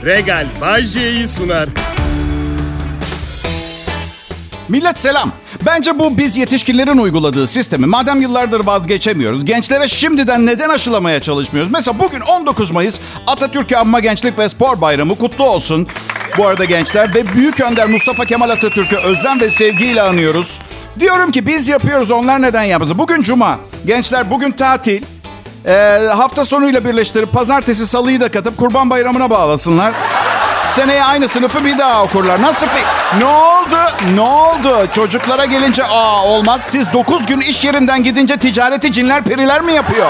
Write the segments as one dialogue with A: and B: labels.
A: Regal Bay J'yi sunar.
B: Millet selam. Bence bu biz yetişkinlerin uyguladığı sistemi madem yıllardır vazgeçemiyoruz, gençlere şimdiden neden aşılamaya çalışmıyoruz? Mesela bugün 19 Mayıs Atatürk Anma Gençlik ve Spor Bayramı kutlu olsun. Bu arada gençler ve Büyük Önder Mustafa Kemal Atatürk'ü özlem ve sevgiyle anıyoruz. Diyorum ki biz yapıyoruz, onlar neden yapmasın? Bugün Cuma. Gençler bugün tatil. Hafta sonuyla birleştirip pazartesi salıyı da katıp Kurban Bayramı'na bağlasınlar. Seneye aynı sınıfı bir daha okurlar. Nasıl Ne oldu? Ne oldu? Çocuklara gelince olmaz. Siz 9 gün iş yerinden gidince ticareti cinler periler mi yapıyor?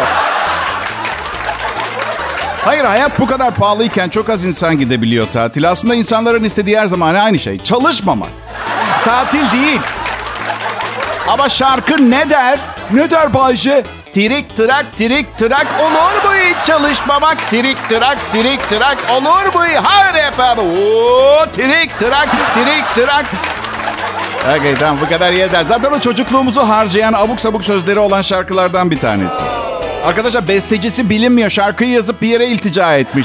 B: Hayır, hayat bu kadar pahalıyken çok az insan gidebiliyor tatile. Aslında insanların istediği her zaman aynı şey. Çalışmamak. Tatil değil. Ama şarkı ne der? Ne der Bayce? Tirik trak tirik trak olur mu hiç çalışmamak? Tirik trak tirik trak olur mu? Hayır efendim. Tirik trak tirik trak. Okay, tamam, bu kadar yeter. Zaten o çocukluğumuzu harcayan abuk sabuk sözleri olan şarkılardan bir tanesi. Arkadaşlar bestecisi bilinmiyor. Şarkıyı yazıp bir yere iltica etmiş.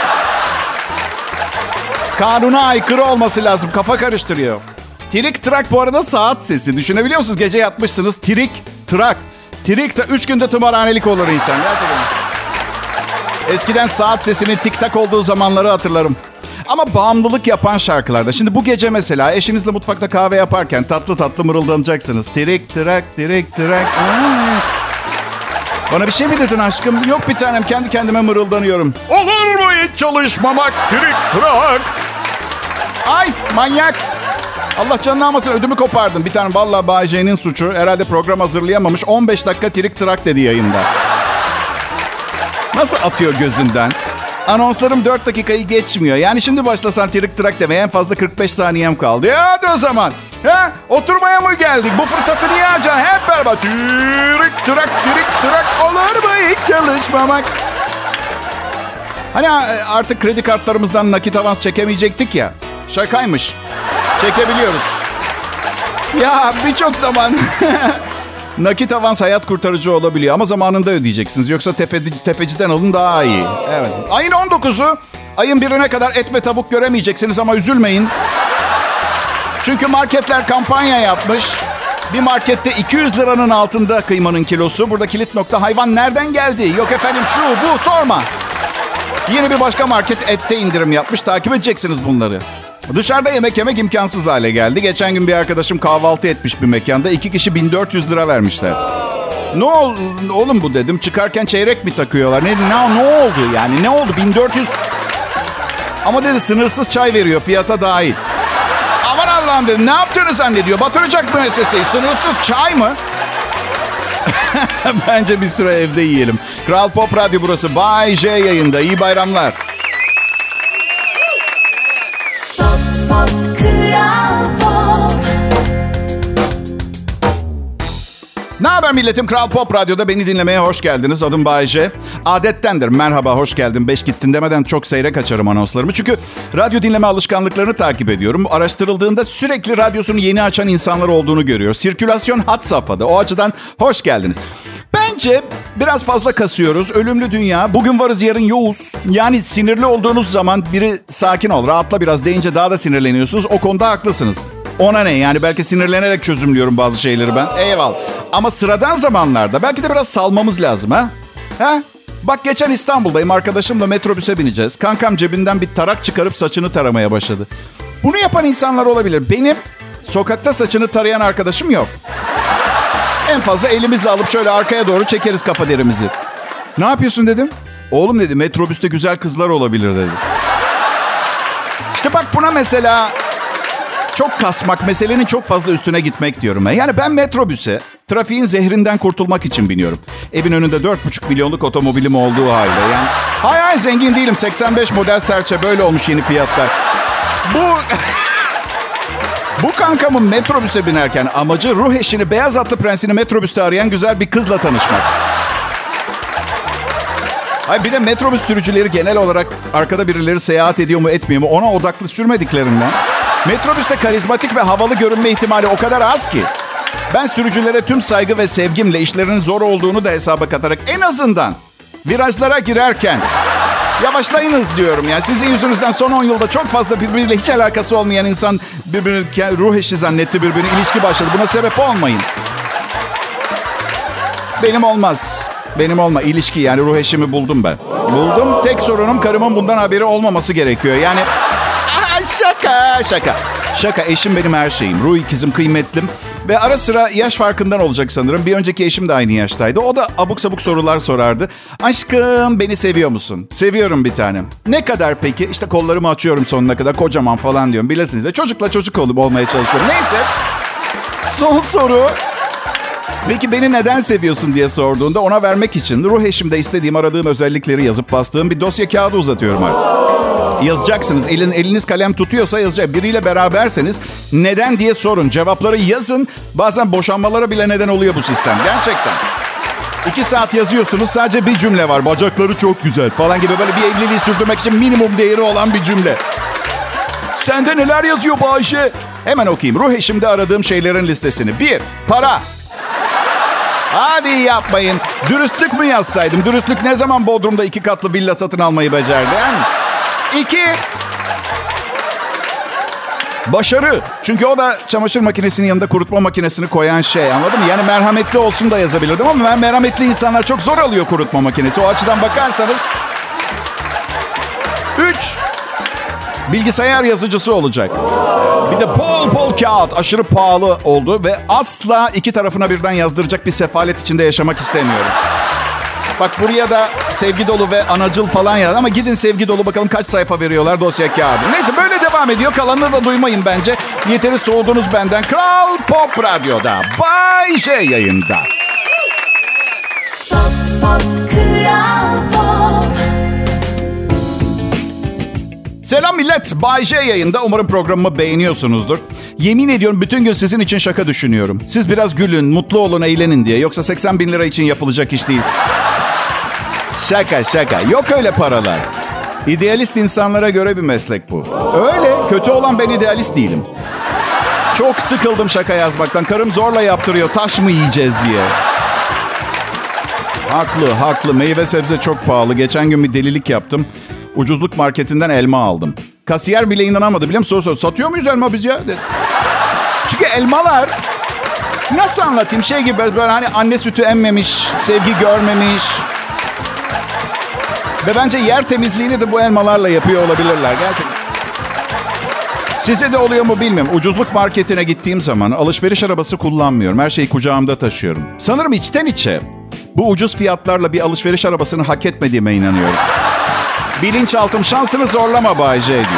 B: Kanuna aykırı olması lazım. Kafa karıştırıyor. Tirik trak bu arada saat sesi. Düşünebiliyor musunuz? Gece yatmışsınız. Tirik trak. Tirik de 3 günde tımarhanelik olur insan. Gerçekten. Eskiden saat sesinin tik tak olduğu zamanları hatırlarım. Ama bağımlılık yapan şarkılarda. Şimdi bu gece mesela eşinizle mutfakta kahve yaparken tatlı tatlı mırıldanacaksınız. Tirik trak tirik trak. Bana bir şey mi dedin aşkım? Yok bir tanem, kendi kendime mırıldanıyorum. Olur mu hiç çalışmamak? Tirik trak. Ay manyak. Allah canını almasın, ödümü kopardın. Bir tane vallahi Bay J'nin suçu. Herhalde program hazırlayamamış. 15 dakika tirik trak dedi yayında. Nasıl atıyor gözünden? Anonslarım 4 dakikayı geçmiyor. Yani şimdi başlasan tirik trak demeye en fazla 45 saniyem kaldı. Hadi o zaman. Oturmaya mı geldik? Bu fırsatı niye harcayacaksın? Hep beraber tirik trak olur mu hiç çalışmamak? Hani artık kredi kartlarımızdan nakit avans çekemeyecektik ya. Şakaymış. Çekebiliyoruz. Ya birçok zaman nakit avans hayat kurtarıcı olabiliyor ama zamanında ödeyeceksiniz. Yoksa tefeciden alın daha iyi. Evet. Ayın 19'u, ayın 1'ine kadar et ve tavuk göremeyeceksiniz ama üzülmeyin. Çünkü marketler kampanya yapmış. Bir markette 200 liranın altında kıymanın kilosu. Burada kilit nokta, hayvan nereden geldi? Yok efendim şu bu sorma. Yeni bir başka market ette indirim yapmış. Takip edeceksiniz bunları. Dışarıda yemek yemek imkansız hale geldi. Geçen gün bir arkadaşım kahvaltı etmiş bir mekanda. 2 kişi 1400 lira vermişler. Ne oldu oğlum bu dedim. Çıkarken çeyrek mi takıyorlar? Ne oldu yani? Ne oldu? 1400. Ama dedi sınırsız çay veriyor, fiyata dahil. Aman Allah'ım dedim. Ne yaptığını zannediyor? Batıracak müesseseyi. Sınırsız çay mı? Bence bir süre evde yiyelim. Kral Pop Radyo burası. Bay J yayında. İyi bayramlar. Ne haber milletim? Kral Pop Radyo'da beni dinlemeye hoş geldiniz. Adım Bay J. Adettendir. Merhaba, hoş geldin, 5 gittin demeden çok seyrek açarım anonslarımı. Çünkü radyo dinleme alışkanlıklarını takip ediyorum. Araştırıldığında sürekli radyosunu yeni açan insanlar olduğunu görüyor. Sirkülasyon had safhada. O açıdan hoş geldiniz. Bence biraz fazla kasıyoruz. Ölümlü dünya. Bugün varız, yarın yoğuz. Yani sinirli olduğunuz zaman biri sakin ol, rahatla biraz deyince daha da sinirleniyorsunuz. O konuda haklısınız. Ona ne? Yani belki sinirlenerek çözümlüyorum bazı şeyleri ben. Eyvallah. Ama sıradan zamanlarda belki de biraz salmamız lazım ha? Bak geçen İstanbul'dayım. Arkadaşımla metrobüse bineceğiz. Kankam cebinden bir tarak çıkarıp saçını taramaya başladı. Bunu yapan insanlar olabilir. Benim sokakta saçını tarayan arkadaşım yok. En fazla elimizle alıp şöyle arkaya doğru çekeriz kafa derimizi. Ne yapıyorsun dedim. Oğlum dedi, metrobüste güzel kızlar olabilir dedi. İşte bak buna mesela çok kasmak, meselenin çok fazla üstüne gitmek diyorum ben. Yani ben metrobüse trafiğin zehrinden kurtulmak için biniyorum. Evin önünde 4,5 milyonluk otomobilim olduğu halde. Yani hayır zengin değilim. 85 model serçe, böyle olmuş yeni fiyatlar. Bu kankamın metrobüse binerken amacı ruh eşini, beyaz atlı prensini metrobüste arayan güzel bir kızla tanışmak. Hayır, bir de metrobüs sürücüleri genel olarak arkada birileri seyahat ediyor mu etmiyor mu ona odaklı sürmediklerinden metrobüste karizmatik ve havalı görünme ihtimali o kadar az ki. Ben sürücülere tüm saygı ve sevgimle işlerinin zor olduğunu da hesaba katarak en azından virajlara girerken Yavaşlayınız diyorum ya. Sizin yüzünüzden son 10 yılda çok fazla birbiriyle hiç alakası olmayan insan birbirini ruh eşi zannetti, birbirine ilişki başladı. Buna sebep olmayın. Benim olmaz. Benim olma. İlişki yani ruh eşimi buldum ben. Buldum. Tek sorunum karımın bundan haberi olmaması gerekiyor. Yani şaka. Şaka. Eşim benim her şeyim. Ruh ikizim, kıymetlim. Ve ara sıra yaş farkından olacak sanırım. Bir önceki eşim de aynı yaştaydı. O da abuk sabuk sorular sorardı. Aşkım beni seviyor musun? Seviyorum bir tanem. Ne kadar peki? İşte kollarımı açıyorum sonuna kadar. Kocaman falan diyorum. Bilirsiniz de çocukla çocuk olmaya çalışıyorum. Neyse. Son soru. Peki beni neden seviyorsun diye sorduğunda ona vermek için ruh eşimde istediğim, aradığım özellikleri yazıp bastığım bir dosya kağıdı uzatıyorum artık. Yazacaksınız. Eliniz kalem tutuyorsa yazacak. Biriyle beraberseniz neden diye sorun. Cevapları yazın. Bazen boşanmalara bile neden oluyor bu sistem. Gerçekten. 2 saat yazıyorsunuz. Sadece bir cümle var. Bacakları çok güzel falan gibi böyle bir evliliği sürdürmek için minimum değeri olan bir cümle. Sende neler yazıyor Bayşe? Hemen okuyayım. Ruh eşimde aradığım şeylerin listesini. 1. Para. Hadi yapmayın. Dürüstlük mü yazsaydım? Dürüstlük ne zaman Bodrum'da 2 katlı villa satın almayı becerdi? 2. Başarı. Çünkü o da çamaşır makinesinin yanında kurutma makinesini koyan şey. Anladın mı? Yani merhametli olsun da yazabilirdim ama ben merhametli insanlar çok zor alıyor kurutma makinesi. O açıdan bakarsanız. 3. Bilgisayar yazıcısı olacak. Bir de bol kağıt. Aşırı pahalı oldu ve asla 2 tarafına birden yazdıracak bir sefalet içinde yaşamak istemiyorum. Bak buraya da sevgi dolu ve anacıl falan yaz. Ama gidin sevgi dolu bakalım kaç sayfa veriyorlar dosya kağıdı. Neyse böyle devam ediyor. Kalanını da duymayın bence. Yeteri soğudunuz benden. Kral Pop Radyo'da. Bay J yayında.
C: Pop, pop, Kral Pop.
B: Selam millet. Bay J yayında. Umarım programımı beğeniyorsunuzdur. Yemin ediyorum bütün gün sizin için şaka düşünüyorum. Siz biraz gülün, mutlu olun, eğlenin diye. Yoksa 80 bin lira için yapılacak iş değil. Şaka. Yok öyle paralar. İdealist insanlara göre bir meslek bu. Öyle. Kötü olan ben idealist değilim. Çok sıkıldım şaka yazmaktan. Karım zorla yaptırıyor. Taş mı yiyeceğiz diye. Haklı. Meyve sebze çok pahalı. Geçen gün bir delilik yaptım. Ucuzluk marketinden elma aldım. Kasiyer bile inanamadı biliyor musun? Satıyor muyuz elma biz ya? Çünkü elmalar... Nasıl anlatayım? Şey gibi böyle hani anne sütü emmemiş, sevgi görmemiş... Ve bence yer temizliğini de bu elmalarla yapıyor olabilirler. Gerçekten. Size de oluyor mu bilmiyorum. Ucuzluk marketine gittiğim zaman alışveriş arabası kullanmıyorum. Her şeyi kucağımda taşıyorum. Sanırım içten içe bu ucuz fiyatlarla bir alışveriş arabasını hak etmediğime inanıyorum. Bilinçaltım şansını zorlama Bay J diyor.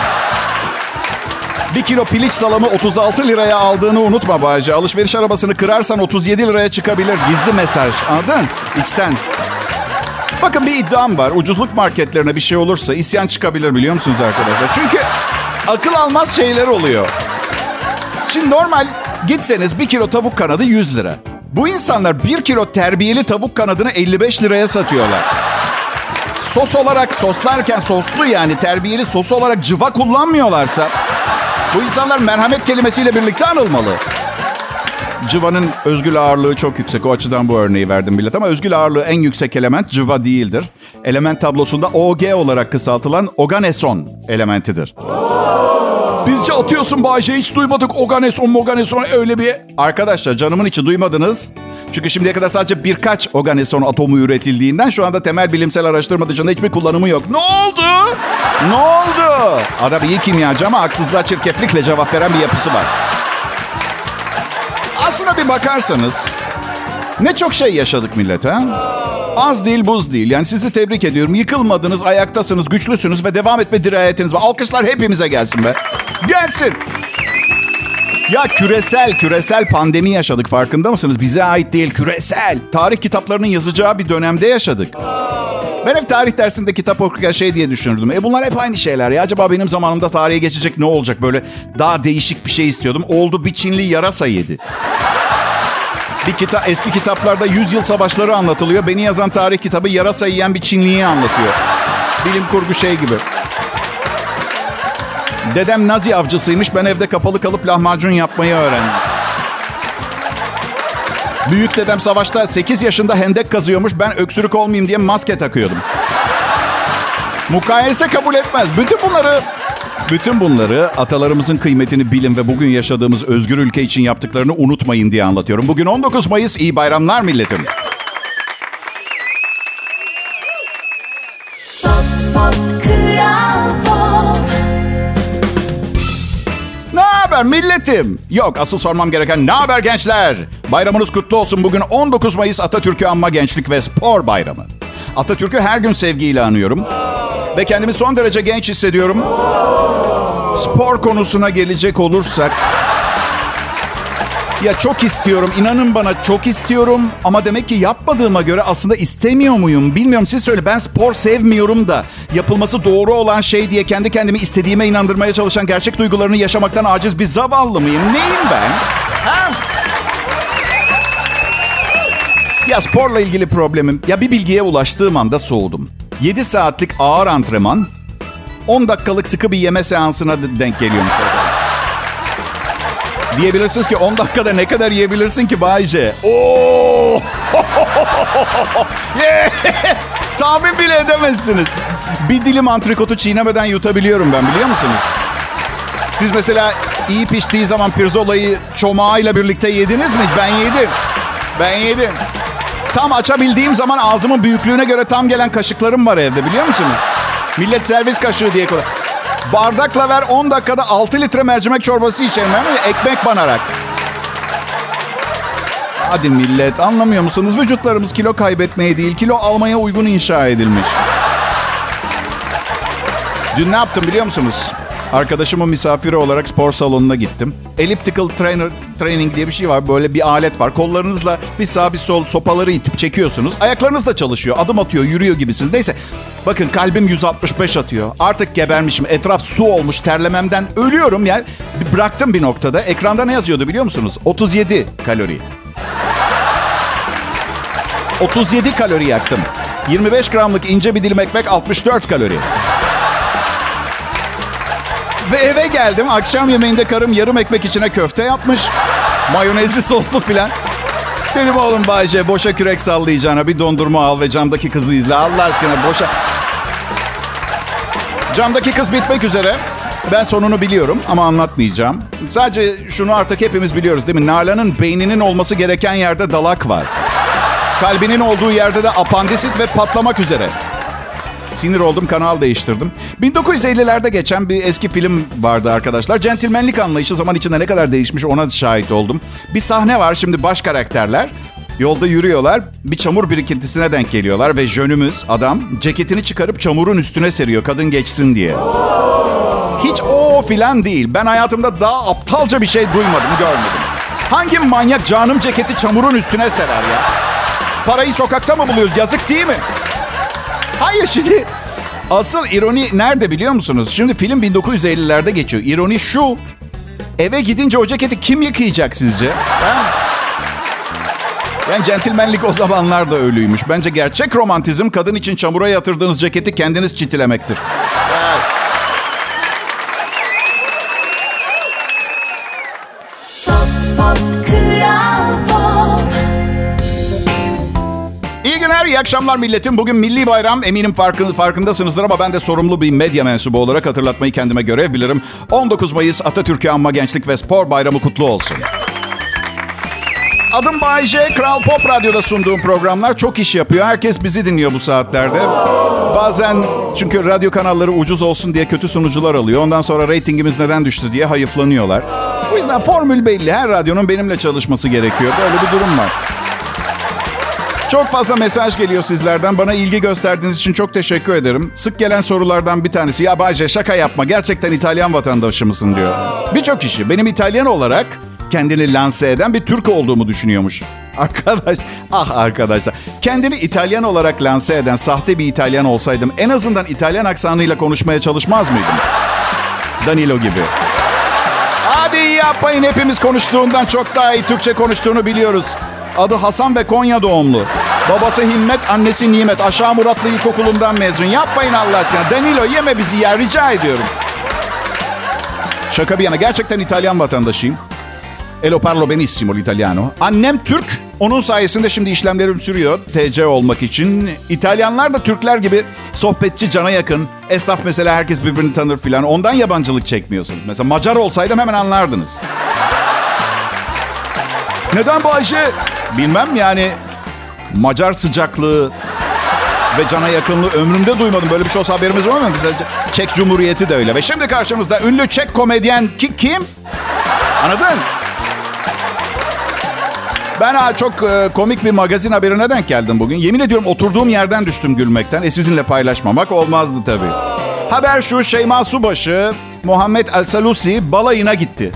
B: 1 kilo piliç salamı 36 liraya aldığını unutma Bay J. Alışveriş arabasını kırarsan 37 liraya çıkabilir. Gizli mesaj. Anladın? İçten. Bakın bir iddiam var. Ucuzluk marketlerine bir şey olursa isyan çıkabilir biliyor musunuz arkadaşlar? Çünkü akıl almaz şeyler oluyor. Şimdi normal gitseniz 1 kilo tavuk kanadı 100 lira. Bu insanlar 1 kilo terbiyeli tavuk kanadını 55 liraya satıyorlar. Sos olarak soslarken soslu yani terbiyeli sos olarak cıva kullanmıyorlarsa bu insanlar merhamet kelimesiyle birlikte anılmalı. Cıvanın özgül ağırlığı çok yüksek. O açıdan bu örneği verdim millet. Ama özgül ağırlığı en yüksek element cıva değildir. Element tablosunda OG olarak kısaltılan oganeson elementidir. Bizce atıyorsun Bayce. Hiç duymadık oganeson öyle bir... Arkadaşlar canımın içi duymadınız. Çünkü şimdiye kadar sadece birkaç oganeson atomu üretildiğinden şu anda temel bilimsel araştırma dışında hiçbir kullanımı yok. Ne oldu? Adam iyi kimyacı ama haksızlığa çirkeflikle cevap veren bir yapısı var. Aslında bir bakarsanız ne çok şey yaşadık millet ha? Az değil buz değil. Yani sizi tebrik ediyorum. Yıkılmadınız, ayaktasınız, güçlüsünüz ve devam etme dirayetiniz var. Alkışlar hepimize gelsin be. Gelsin. Ya küresel pandemi yaşadık farkında mısınız? Bize ait değil küresel. Tarih kitaplarının yazacağı bir dönemde yaşadık. Ben hep tarih dersinde kitap okurken şey diye düşünürdüm. Bunlar hep aynı şeyler ya. Acaba benim zamanımda tarihe geçecek ne olacak? Böyle daha değişik bir şey istiyordum. Oldu bir Çinli yarasa yedi. Eski kitaplarda 100 yıl savaşları anlatılıyor. Beni yazan tarih kitabı yarasa yiyen bir Çinliyi anlatıyor. Bilim kurgu şey gibi. Dedem Nazi avcısıymış. Ben evde kapalı kalıp lahmacun yapmayı öğrendim. Büyük dedem savaşta 8 yaşında hendek kazıyormuş. Ben öksürük olmayayım diye maske takıyordum. Mukayese kabul etmez. Bütün bunları atalarımızın kıymetini bilin ve bugün yaşadığımız özgür ülke için yaptıklarını unutmayın diye anlatıyorum. Bugün 19 Mayıs, iyi bayramlar milletim. Ne haber milletim? Yok, asıl sormam gereken ne haber gençler? Bayramınız kutlu olsun. Bugün 19 Mayıs Atatürk'ü anma Gençlik ve Spor Bayramı. Atatürk'ü her gün sevgiyle anıyorum. Ve kendimi son derece genç hissediyorum. Spor konusuna gelecek olursak... Ya çok istiyorum, inanın bana çok istiyorum. Ama demek ki yapmadığıma göre aslında istemiyor muyum? Bilmiyorum, siz söyle. Ben spor sevmiyorum da yapılması doğru olan şey diye kendi kendimi istediğime inandırmaya çalışan gerçek duygularını yaşamaktan aciz bir zavallı mıyım? Neyim ben? Ha? Ya sporla ilgili problemim... Ya bir bilgiye ulaştığım anda soğudum. 7 saatlik ağır antrenman 10 dakikalık sıkı bir yeme seansına denk geliyormuş. Diyebilirsiniz ki 10 dakikada ne kadar yiyebilirsin ki Bayce? Oo! Tahmin bile edemezsiniz. Bir dilim antrikotu çiğnemeden yutabiliyorum ben, biliyor musunuz? Siz mesela iyi piştiği zaman pirzolayı çomağıyla birlikte yediniz mi? Ben yedim. Tam açabildiğim zaman ağzımın büyüklüğüne göre tam gelen kaşıklarım var evde, biliyor musunuz? Millet servis kaşığı diye koyuyor. Bardakla ver, 10 dakikada 6 litre mercimek çorbası içerim. Ekmek banarak. Hadi millet, anlamıyor musunuz? Vücutlarımız kilo kaybetmeye değil, kilo almaya uygun inşa edilmiş. Dün ne yaptım biliyor musunuz? Arkadaşımın misafiri olarak spor salonuna gittim. Elliptical training diye bir şey var. Böyle bir alet var. Kollarınızla bir sağ bir sol sopaları itip çekiyorsunuz. Ayaklarınız da çalışıyor. Adım atıyor, yürüyor gibisiniz. Neyse. Bakın, kalbim 165 atıyor. Artık gebermişim. Etraf su olmuş. Terlememden ölüyorum. Yani bıraktım bir noktada. Ekranda ne yazıyordu biliyor musunuz? 37 kalori. 37 kalori yaktım. 25 gramlık ince bir dilim ekmek 64 kalori. Ve eve geldim. Akşam yemeğinde karım yarım ekmek içine köfte yapmış. Mayonezli soslu filan. Dedim oğlum Bayce, boşa kürek sallayacağına bir dondurma al ve camdaki kızı izle. Allah aşkına boşa. Camdaki kız bitmek üzere. Ben sonunu biliyorum ama anlatmayacağım. Sadece şunu artık hepimiz biliyoruz değil mi? Nalan'ın beyninin olması gereken yerde dalak var. Kalbinin olduğu yerde de apandisit ve patlamak üzere. Sinir oldum, kanal değiştirdim. 1950'lerde geçen bir eski film vardı arkadaşlar. Centilmenlik anlayışı zaman içinde ne kadar değişmiş ona şahit oldum. Bir sahne var, şimdi baş karakterler yolda yürüyorlar. Bir çamur birikintisine denk geliyorlar ve jönümüz adam ceketini çıkarıp çamurun üstüne seriyor kadın geçsin diye. Hiç o filan değil. Ben hayatımda daha aptalca bir şey duymadım, görmedim. Hangi manyak canım ceketi çamurun üstüne serer ya? Parayı sokakta mı buluyoruz? Yazık değil mi? Hayır, şimdi asıl ironi nerede biliyor musunuz? Şimdi film 1950'lerde geçiyor. İroni şu: eve gidince o ceketi kim yıkayacak sizce? Ha? Yani centilmenlik o zamanlar da öyleymiş. Bence gerçek romantizm kadın için çamura yatırdığınız ceketi kendiniz çitilemektir. Evet. İyi akşamlar milletim. Bugün milli bayram. Eminim farkındasınızdır ama ben de sorumlu bir medya mensubu olarak hatırlatmayı kendime görev bilirim. 19 Mayıs Atatürk'ü anma Gençlik ve Spor Bayramı kutlu olsun. Adım Bay J. Kral Pop Radyo'da sunduğum programlar çok iş yapıyor. Herkes bizi dinliyor bu saatlerde. Bazen çünkü radyo kanalları ucuz olsun diye kötü sunucular alıyor. Ondan sonra reytingimiz neden düştü diye hayıflanıyorlar. O yüzden formül belli. Her radyonun benimle çalışması gerekiyor. Böyle bir durum var. Çok fazla mesaj geliyor sizlerden. Bana ilgi gösterdiğiniz için çok teşekkür ederim. Sık gelen sorulardan bir tanesi: ya Bayce, şaka yapma, gerçekten İtalyan vatandaşı mısın diyor. Birçok kişi benim İtalyan olarak kendini lanse eden bir Türk olduğumu düşünüyormuş. Arkadaşlar. Kendini İtalyan olarak lanse eden sahte bir İtalyan olsaydım en azından İtalyan aksanıyla konuşmaya çalışmaz mıydım? Danilo gibi. Hadi yapmayın, hepimiz konuştuğundan çok daha iyi Türkçe konuştuğunu biliyoruz. Adı Hasan ve Konya doğumlu. Babası Himmet, annesi Nimet. Aşağı Muratlı İlkokulu'ndan mezun. Yapmayın Allah aşkına. Danilo, yeme bizi ya, rica ediyorum. Şaka bir yana, gerçekten İtalyan vatandaşıyım. E lo parlo benissimo l'italiano. Annem Türk, Onun sayesinde şimdi işlemlerim sürüyor TC olmak için. İtalyanlar da Türkler gibi sohbetçi, cana yakın. Esnaf mesela herkes birbirini tanır filan. Ondan yabancılık çekmiyorsunuz. Mesela Macar olsaydım hemen anlardınız. Neden Bayce? Bilmem yani. Macar sıcaklığı ve cana yakınlığı ömrümde duymadım. Böyle bir şey olsa haberimiz var mı? Çek Cumhuriyeti de öyle. Ve şimdi karşımızda ünlü Çek komedyen kim? Anladın? Ben çok komik bir magazin haberine denk geldim bugün. Yemin ediyorum oturduğum yerden düştüm gülmekten. Sizinle paylaşmamak olmazdı tabii. Haber şu: Şeyma Subaşı, Muhammed El Salusi balayına gitti.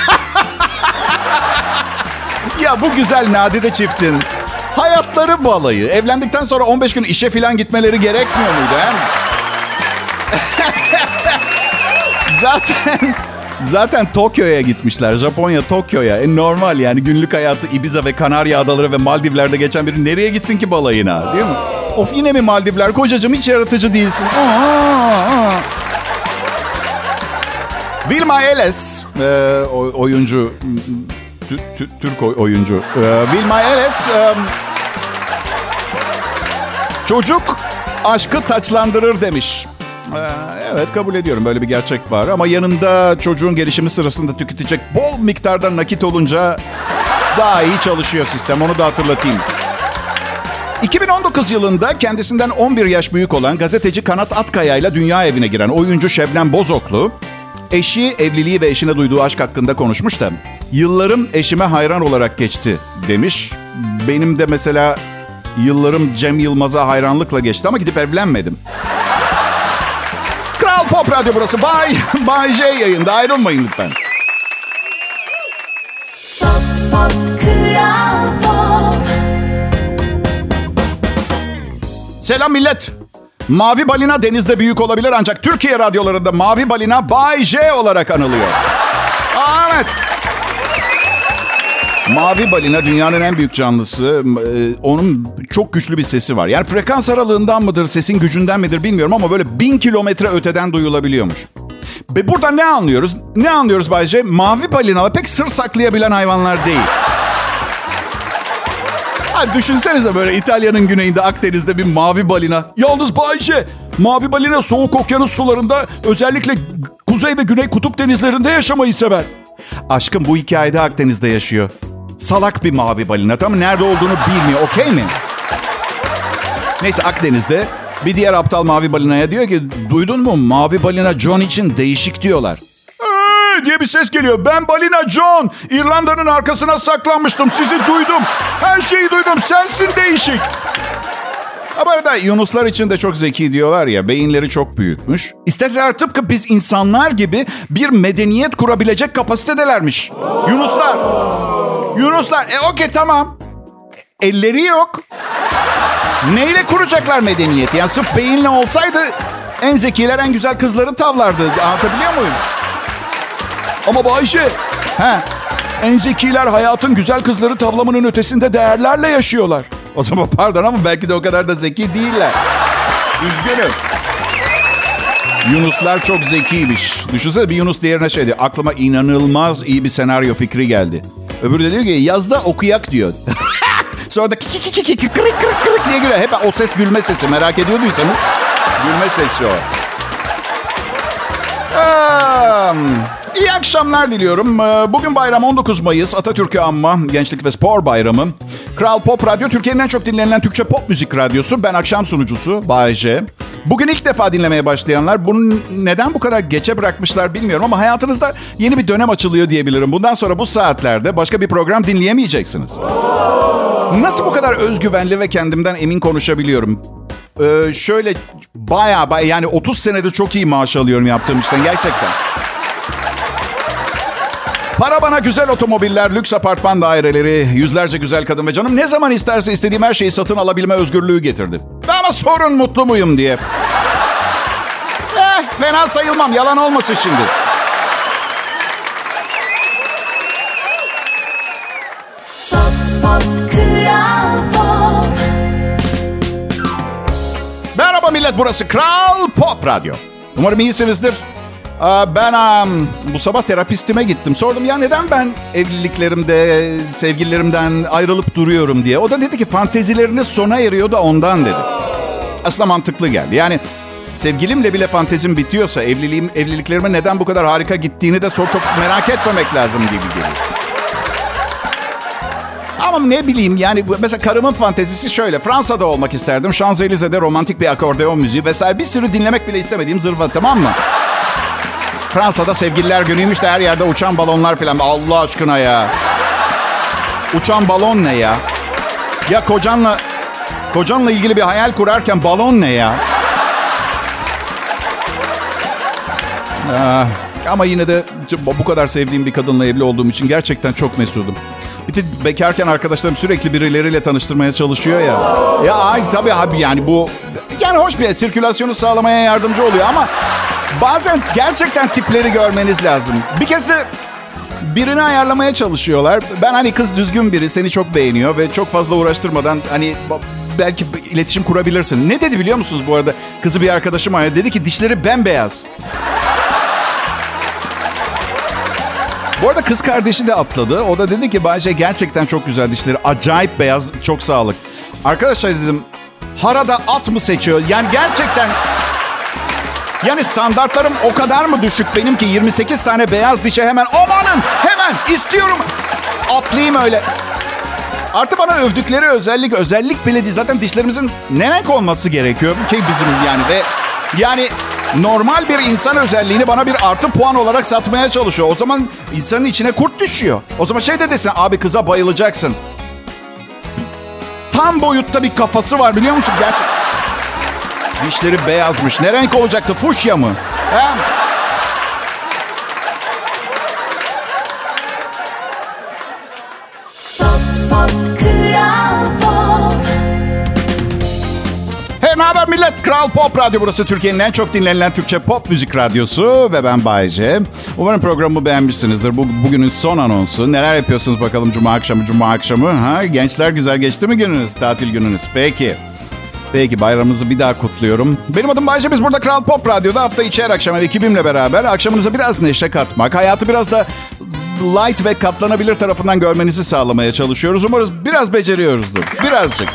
B: Ya bu güzel nadide çiftin hayatları balayı. Evlendikten sonra 15 gün işe falan gitmeleri gerekmiyor muydu? He? Zaten Tokyo'ya gitmişler. Japonya, Tokyo'ya. Normal yani, günlük hayatı Ibiza ve Kanarya Adaları ve Maldivler'de geçen biri nereye gitsin ki balayına, değil mi? Of, yine mi Maldivler? Kocacığım hiç yaratıcı değilsin. Vilma Eles, oyuncu, Türk oyuncu. Vilma Eles, çocuk aşkı taçlandırır demiş. Evet, kabul ediyorum, böyle bir gerçek var. Ama yanında çocuğun gelişimi sırasında tüketecek bol miktarda nakit olunca daha iyi çalışıyor sistem. Onu da hatırlatayım. 2019 yılında kendisinden 11 yaş büyük olan gazeteci Kanat Atkaya ile dünya evine giren oyuncu Şebnem Bozoklu, eşi, evliliği ve eşine duyduğu aşk hakkında konuşmuş da yıllarım eşime hayran olarak geçti demiş. Benim de mesela yıllarım Cem Yılmaz'a hayranlıkla geçti ama gidip evlenmedim. Kral Pop Radyo burası. Bay J yayında. Ayrılmayın lütfen.
C: Pop, pop, Kral Pop.
B: Selam millet. Mavi balina denizde büyük olabilir ancak Türkiye radyolarında mavi balina Bay J olarak anılıyor. Evet. Mavi balina dünyanın en büyük canlısı. Onun çok güçlü bir sesi var. Yani frekans aralığından mıdır, sesin gücünden midir bilmiyorum ama böyle 1000 kilometre öteden duyulabiliyormuş. Ve burada ne anlıyoruz? Ne anlıyoruz Bay J? Mavi balinalar pek sır saklayabilen hayvanlar değil. Hadi düşünsenize, böyle İtalya'nın güneyinde, Akdeniz'de bir mavi balina. Yalnız Bay J, mavi balina soğuk okyanus sularında, özellikle kuzey ve güney kutup denizlerinde yaşamayı sever. Aşkım, bu hikayede Akdeniz'de yaşıyor. Salak bir mavi balina, tamam, nerede olduğunu bilmiyor, okey mi? Neyse, Akdeniz'de bir diğer aptal mavi balinaya diyor ki, duydun mu, mavi balina John için değişik diyorlar. Diye bir ses geliyor. Ben balina John. İrlanda'nın arkasına saklanmıştım. Sizi duydum. Her şeyi duydum. Sensin değişik. Bu arada yunuslar için de çok zeki diyorlar ya. Beyinleri çok büyükmüş. İsteseler tıpkı biz insanlar gibi bir medeniyet kurabilecek kapasitedelermiş. Yunuslar. Okey, tamam. Elleri yok. Neyle kuracaklar medeniyeti? Yani sırf beyinle olsaydı en zekiler en güzel kızları tavlardı. Anlatabiliyor muyum? Ama Bayşe, en zekiler hayatın güzel kızları tavlamanın ötesinde değerlerle yaşıyorlar. O zaman pardon ama belki de o kadar da zeki değiller. Üzgünüm. Yunuslar çok zekiymiş. Düşünsene, bir Yunus diğerine şey diyor. Aklıma inanılmaz iyi bir senaryo fikri geldi. Öbürü de diyor ki yazda okuyak diyor. Sonra da krik diye gülüyor. Hep o ses gülme sesi, merak ediyorduysanız. Gülme sesi o. İyi akşamlar diliyorum. Bugün bayram 19 Mayıs. Atatürk'ü anma, gençlik ve spor bayramı. Kral Pop Radyo, Türkiye'nin en çok dinlenilen Türkçe pop müzik radyosu. Ben akşam sunucusu Bay J. Bugün ilk defa dinlemeye başlayanlar bunu neden bu kadar geçe bırakmışlar bilmiyorum ama hayatınızda yeni bir dönem açılıyor diyebilirim. Bundan sonra bu saatlerde başka bir program dinleyemeyeceksiniz. Nasıl bu kadar özgüvenli ve kendimden emin konuşabiliyorum? Şöyle bayağı yani 30 senedir çok iyi maaş alıyorum yaptığım işten gerçekten. Para bana güzel otomobiller, lüks apartman daireleri, yüzlerce güzel kadın ve canım ne zaman isterse istediğim her şeyi satın alabilme özgürlüğü getirdi. Ama sorun mutlu muyum diye. Fena sayılmam, yalan olmasın şimdi.
C: Pop, pop, Kral Pop.
B: Merhaba millet, burası Kral Pop Radyo. Umarım iyisinizdir. Ben bu sabah terapistime gittim. Sordum ya neden ben evliliklerimde sevgililerimden ayrılıp duruyorum diye. O da dedi ki fantezileriniz sona eriyor da ondan dedi. Aslında mantıklı geldi. Yani sevgilimle bile fantezim bitiyorsa evliliklerime neden bu kadar harika gittiğini de çok merak etmemek lazım gibi geliyor. Ama ne bileyim yani mesela karımın fantezisi şöyle. Fransa'da olmak isterdim. Şanzelize'de romantik bir akordeon müziği vesaire bir sürü dinlemek bile istemediğim zırva, tamam mı? Fransa'da sevgililer günüymüş de her yerde uçan balonlar falan. Allah aşkına ya. Uçan balon ne ya? Ya kocanla ilgili bir hayal kurarken balon ne ya? Ama yine de bu kadar sevdiğim bir kadınla evli olduğum için gerçekten çok mesudum. Bir de bekarken arkadaşlarım sürekli birileriyle tanıştırmaya çalışıyor ya. Ya tabii abi yani bu... Yani hoş bir sirkülasyonu sağlamaya yardımcı oluyor ama... Bazen gerçekten tipleri görmeniz lazım. Bir kez de birini ayarlamaya çalışıyorlar. Ben hani kız düzgün biri, seni çok beğeniyor ve çok fazla uğraştırmadan hani belki iletişim kurabilirsin. Ne dedi biliyor musunuz bu arada? Kızı bir arkadaşım aradı. Dedi ki dişleri bembeyaz. Bu arada kız kardeşi de atladı. O da dedi ki Bayce gerçekten çok güzel dişleri. Acayip beyaz, çok sağlık. Arkadaşlar dedim, harada at mı seçiyor? Yani gerçekten... Yani standartlarım o kadar mı düşük benim ki 28 tane beyaz dişe hemen amanın hemen istiyorum atlayayım öyle. Artı bana övdükleri özellik bile değil. Zaten dişlerimizin ne renk olması gerekiyor ki bizim yani ve yani normal bir insan özelliğini bana bir artı puan olarak satmaya çalışıyor. O zaman insanın içine kurt düşüyor. O zaman şey de desin abi kıza bayılacaksın. Tam boyutta bir kafası var biliyor musun? Gerçekten. Dişleri beyazmış. Ne renk olacaktı? Fuşya mı? He? Hey ne haber millet? Kral Pop Radyo burası. Türkiye'nin en çok dinlenilen Türkçe pop müzik radyosu ve ben Bayce. Umarım programımı beğenmişsinizdir. Bugünün son anonsu. Neler yapıyorsunuz bakalım cuma akşamı? Ha? Gençler güzel geçti mi gününüz? Tatil gününüz. Peki bayramımızı bir daha kutluyorum. Benim adım Bayce. Biz burada Kral Pop Radyo'da hafta içi her akşam ekibimle beraber akşamınıza biraz neşe katmak, hayatı biraz da light ve katlanabilir tarafından görmenizi sağlamaya çalışıyoruz. Umarız biraz beceriyoruzdur. Birazcık.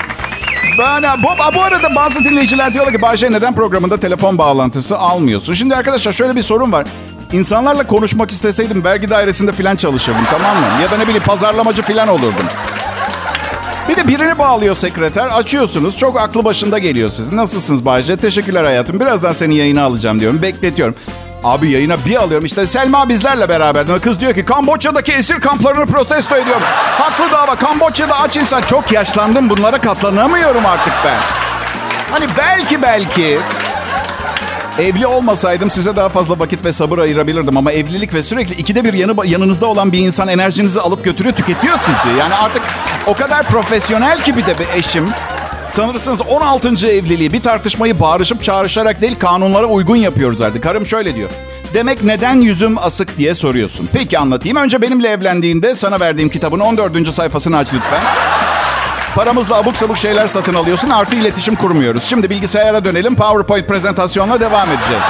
B: Bu arada bazı dinleyiciler diyorlar ki Bayce neden programında telefon bağlantısı almıyorsun? Şimdi arkadaşlar şöyle bir sorun var. İnsanlarla konuşmak isteseydim vergi dairesinde falan çalışırdım, tamam mı? Ya da ne bileyim pazarlamacı falan olurdum. Bir de birini bağlıyor sekreter. Açıyorsunuz. Çok aklı başında geliyor sizin. Nasılsınız Bayce? Teşekkürler hayatım. Birazdan seni yayına alacağım diyorum. Bekletiyorum. Abi yayına bir alıyorum. İşte Selma bizlerle beraber. Kız diyor ki Kamboçya'daki esir kamplarını protesto ediyorum. Haklı dava. Kamboçya'da aç insan. Çok yaşlandım. Bunlara katlanamıyorum artık ben. Hani belki... Evli olmasaydım size daha fazla vakit ve sabır ayırabilirdim. Ama evlilik ve sürekli ikide bir yanınızda olan bir insan enerjinizi alıp götürüyor, tüketiyor sizi. Yani artık o kadar profesyonel ki bir de bir eşim. Sanırsınız 16. evliliği bir tartışmayı bağırışıp çağrışarak değil kanunlara uygun yapıyoruz artık. Karım şöyle diyor. Demek neden yüzüm asık diye soruyorsun. Peki anlatayım. Önce benimle evlendiğinde sana verdiğim kitabın 14. sayfasını aç lütfen. Paramızla abuk sabuk şeyler satın alıyorsun. Artı iletişim kurmuyoruz. Şimdi bilgisayara dönelim. PowerPoint prezentasyonla devam edeceğiz.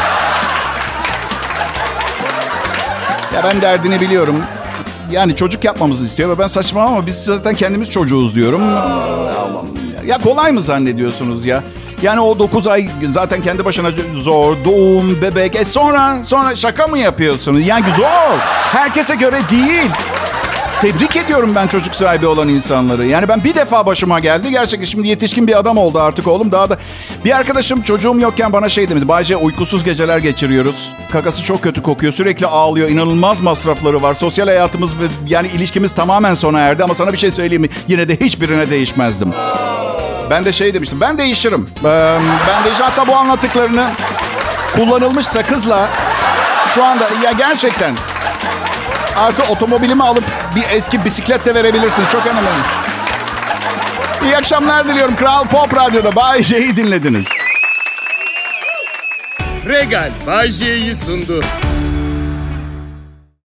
B: Ya ben derdini biliyorum. Yani çocuk yapmamızı istiyor ve ben saçmalamam ama biz zaten kendimiz çocuğuz diyorum. Ya kolay mı zannediyorsunuz ya? Yani o 9 ay zaten kendi başına zor. Doğum, bebek. Sonra şaka mı yapıyorsunuz? Yani zor. Herkese göre değil. Tebrik ediyorum ben çocuk sahibi olan insanları. Yani ben bir defa başıma geldi. Gerçekten şimdi yetişkin bir adam oldu artık oğlum. Daha da bir arkadaşım çocuğum yokken bana şey demedi. Bayce uykusuz geceler geçiriyoruz. Kakası çok kötü kokuyor. Sürekli ağlıyor. İnanılmaz masrafları var. Sosyal hayatımız ve yani ilişkimiz tamamen sona erdi. Ama sana bir şey söyleyeyim mi? Yine de hiçbirine değişmezdim. Ben de şey demiştim. Ben değişirim. Ben değişirim. Hatta bu anlattıklarını kullanılmış sakızla şu anda ya gerçekten artı otomobilimi alıp bir eski bisiklet de verebilirsiniz. Çok önemli. İyi akşamlar diliyorum. Kral Pop Radyo'da Bay J'yi dinlediniz.
A: Regal Bay J'yi sundu.